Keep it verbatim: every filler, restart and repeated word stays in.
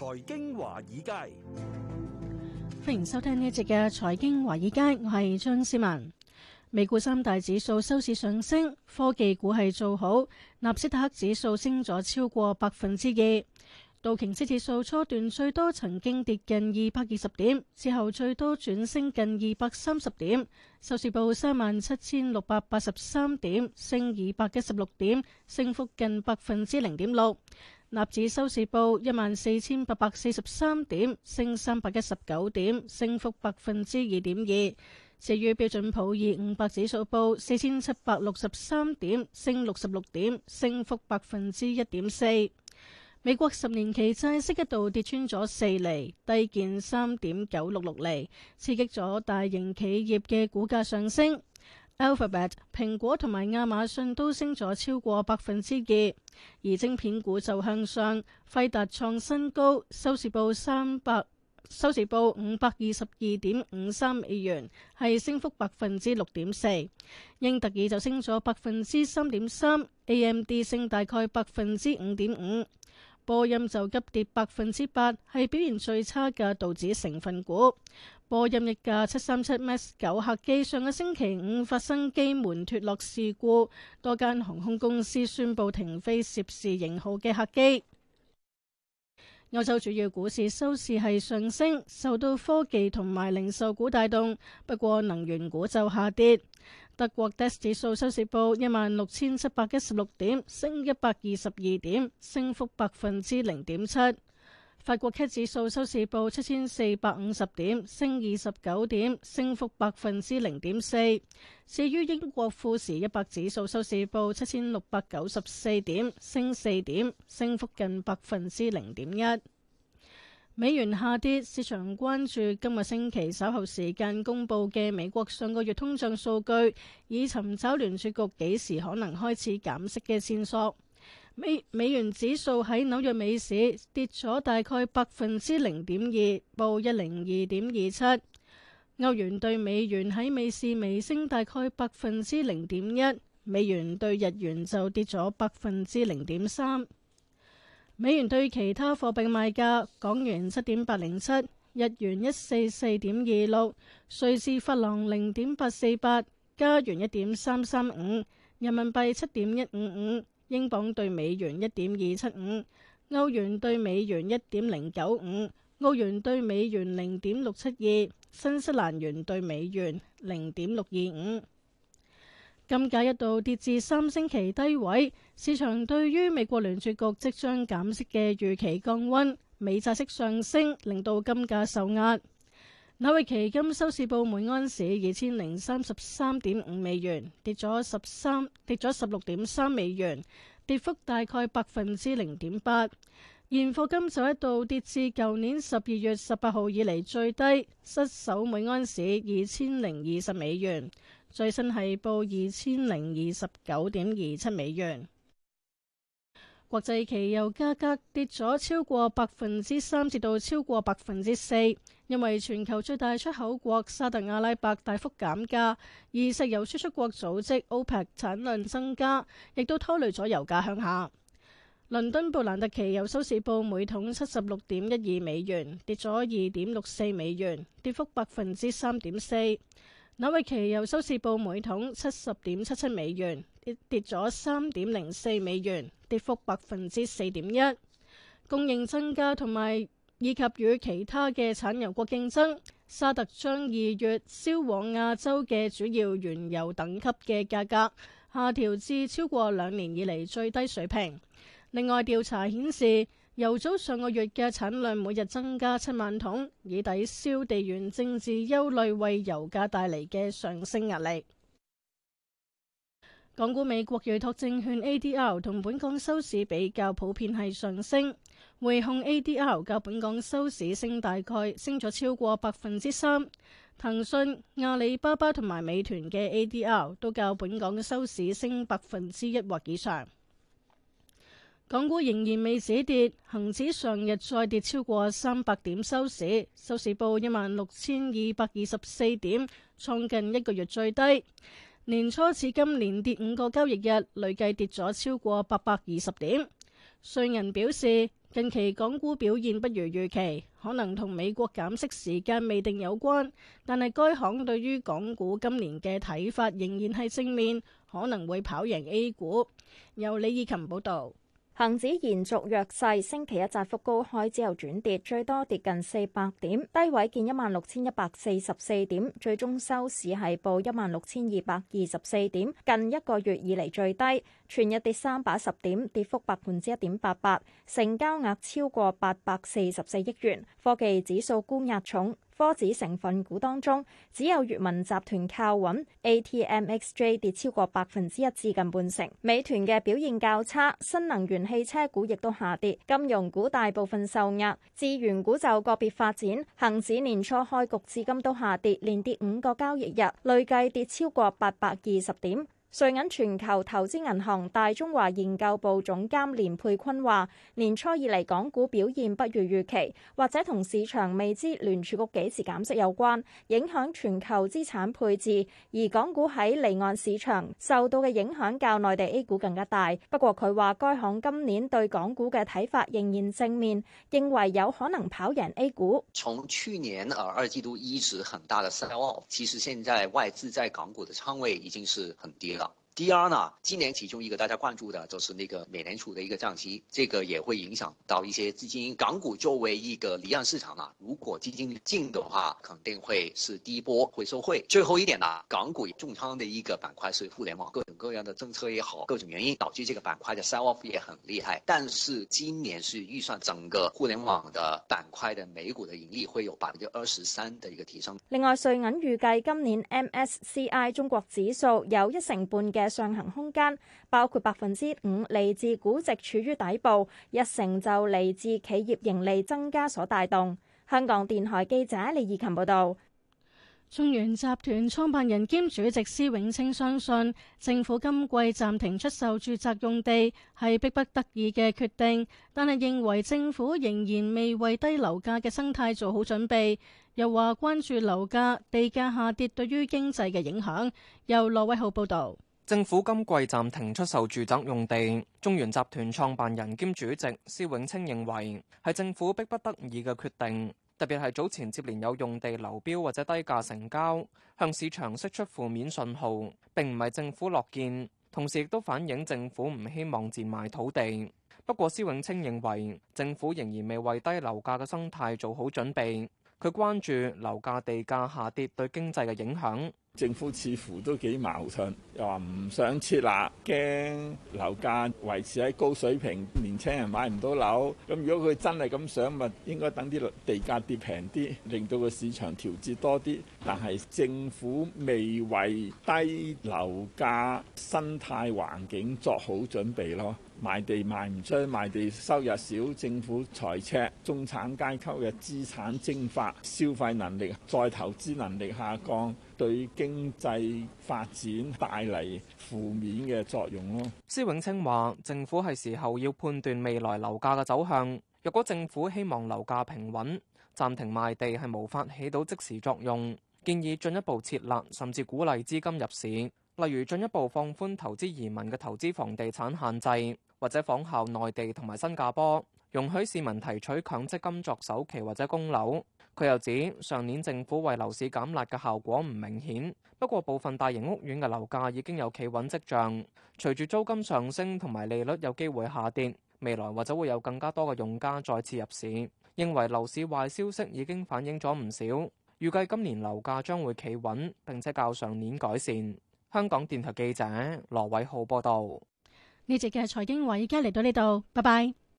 財經華爾街， 歡迎收聽呢一節嘅財經華爾街，我係張思文。美股三大指數收市上升，科技股係做好，納斯達克指數升咗超過百分之二。道瓊斯指數初段最多曾經跌近二百二十點，之後最多轉升近二百三十點，收市報三萬七千六百八十三點，升二百一十六點，升幅近百分之零點六。納指收市報一萬四千八百四十三點，升三百一十九點，升幅百分之二點二。至於標準普爾五百指數報四千七百六十三點，升六十六點，升幅百分之一點四。美國十年期債息一度跌穿咗四厘，低見三點九六六厘，刺激咗大型企業嘅股價上升。Alphabet、蘋果同埋亞馬遜都升咗超過百分之二，而晶片股就向上，輝達創新高，收市報三百，收市報五百二十二點五三美元，係升幅百分之六點四。英特爾就升咗百分之三點三 ，A M D 升大概百分之五點五。波音就急跌百分之八，係表現最差嘅道指成分股。波音一架七三七 MAX 九客機上個星期五發生機門脫落事故，多間航空公司宣布停飛涉事型號嘅客機。歐洲主要股市收市係上升，受到科技同埋零售股帶動，不過能源股就下跌。德國 D A X 指數收市報一萬六千七百一十六點，升一百二十二點，升幅百分之零點七。法國 C A C 指數收市報七千四百五十點，升二十九點，升幅百分之零點四。至於英國富時一百指數收市報七千六百九十四點，升四點，升幅近百分之零點一。美元下跌，市場關注今個星期稍後時間公佈嘅美國上個月通脹數據，以尋找聯儲局幾時可能開始減息嘅線索。美美元指數喺紐約美市跌咗大概百分之零點二，報一零二點二七。歐元對美元喺美市微升大概百分之零點一，美元對日元就跌咗百分之零點三。美元對其他貨幣賣價：港元七點八零七，日元一四四點二六，瑞士法郎零點八四八，加元一點三三五，人民幣七點一五五，英鎊對美元一點二七五，歐元對美元一點零九五，澳元對美元零點六七二，新西蘭元對美元零點六二五。金價一度跌至三星期低位，市場對於美國聯儲局即將減息嘅預期降溫，美債息上升，令到金價受壓。紐約期金收市報每安士二千零三十三點五美元，跌咗十三，跌咗十六點三美元，跌幅大概百分之零點八。現貨金就一度跌至舊年十二月十八號以嚟最低，失守每安士二千零二十美元。最新係報二千零二十九點二七美元。國際期油價格跌咗超過百分之三至到超過百分之四，因為全球最大出口國沙特阿拉伯大幅減價，而石油輸出國組織 OPEC 產量增加，亦都拖累咗油價向下。倫敦布蘭特期油收市報每桶七十六點一二美元，跌咗二點六四美元，跌幅百分之三點四。紐約期油收市報每桶七十點七七美元，跌跌咗三點零四美元，跌幅百分之四點一。供應增加同埋以及與其他嘅產油國競爭，沙特將二月銷往亞洲嘅主要原油等級嘅價格下調至超過兩年以嚟最低水平。另外，調查顯示，油組上個月嘅產量每日增加七萬桶，以抵消地緣政治憂慮為油價帶嚟嘅上升壓力。港股美國預託證券 A D R 同本港收市比較普遍係上升，匯控 A D R 較本港收市升大概升咗超過百分之三，騰訊、阿里巴巴同埋美團嘅 A D R 都較本港收市升百分之一或以上。港股仍然未止跌，恒指上日再跌超過三百點收市，收市報一萬六千二百二十四點，創近一個月最低。年初至今連跌五個交易日，累計跌咗超過八百二十點。瑞銀表示， 近期港股表現不如預期，可能同美國減息時間未定有關，但係該行對於港股今年嘅睇法仍然係正面，可能會跑贏 A 股。由李以琴報導。 恒指延續弱勢，星期一窄幅高開之後轉跌，最多跌近四百點，低位見一萬六千一百四十四點，最終收市係報一萬六千二百二十四點，近一個月以嚟最低。全日跌三百一十點，跌幅百分之一點八八，成交額超過八百四十四億元。科技指數沽壓重，科指成分股當中只有閱文集團靠穩 ，A T M X J 跌超過百分之一至近半成。美團嘅表現較差，新能源汽車股亦都下跌，金融股大部分受壓，資源股就個別發展。恒指年初開局至今都下跌，連跌五個交易日，累計跌超過八百二十點。瑞銀全球投資銀行大中華研究部總監連佩坤話：年初以嚟港股表現不如預期，或者同市場未知聯儲局幾時減息有關，影響全球資產配置。而港股喺離岸市場受到嘅影響較內地 A 股更加大。不過佢話，該行今年對港股嘅睇法仍然正面，認為有可能跑贏 A 股。 從去年呃二季度一直很大的 sell off， 其實現在外資在港股的倉位已經是很低了。第二呢，今年其中一個大家關注的就是那個美聯儲的一個降息，這個也會影響到一些資金。港股作為一個離岸市場呢，如果基金進的話，肯定會是第一波會受惠。最後一點呢，港股重倉的一個板塊是互聯網，各種各樣的政策也好，各種原因導致這個板塊的 sell off 也很厲害。但是今年是預算整個互聯網的板塊的美股的盈利會有百分之二十三的一個提升。 另外，瑞銀預計今年 M S C I 中國指數有一成半嘅嘅上行空間，包括百分之五嚟自估值處於底部，一成就嚟自企業盈利增加所帶動。香港電台記者李義琴報道。 中原集團創辦人兼主席施永青相信，政府今季暫停出售住宅用地係迫不得已嘅決定，但係認為政府仍然未為低樓價嘅生態做好準備。又話關注樓價、地價下跌對於經濟嘅影響。由羅偉浩報導。 政府今季暫停出售住宅用地，中原集團創辦人兼主席施永青認為係政府迫不得已嘅決定，特別係早前接連有用地流標或者低價成交，向市場釋出負面信號，並唔係政府樂見，同時亦都反映政府唔希望賤賣土地。不過施永青認為政府仍然未為低樓價嘅生態做好準備，佢關注樓價、地價下跌對經濟嘅影響。 政府似乎都幾矛盾，又話唔想設立，驚樓價維持喺高水平，年輕人買唔到樓。咁如果佢真係咁想，咪應該等啲地價跌平啲，令到個市場調節多啲。但係政府未為低樓價生態環境作好準備咯。賣地賣唔出，賣地收入少，政府財赤，中產階級嘅資產蒸發，消費能力再投資能力下降，對經濟發展帶嚟負面嘅作用咯。 施永青話：政府係時候要判斷未來樓價嘅走向。若果政府希望樓價平穩，暫停賣地係無法起到即時作用。建議進一步設立甚至鼓勵資金入市，例如進一步放寬投資移民嘅投資房地產限制，或者仿效內地同埋新加坡，容許市民提取強積金作首期或者供樓。佢又指上年政府為樓市減辣嘅效果唔明顯，不過部分大型屋苑嘅樓價已經有企穩跡象。隨住租金上升同埋利率有機會下跌，未來或者會有更加多嘅用家再次入市。認為樓市壞消息已經反映咗唔少，預計今年樓價將會企穩並且較上年改善。香港電台記者羅偉浩報道。 呢節嘅財經話，而家嚟到呢度，拜拜。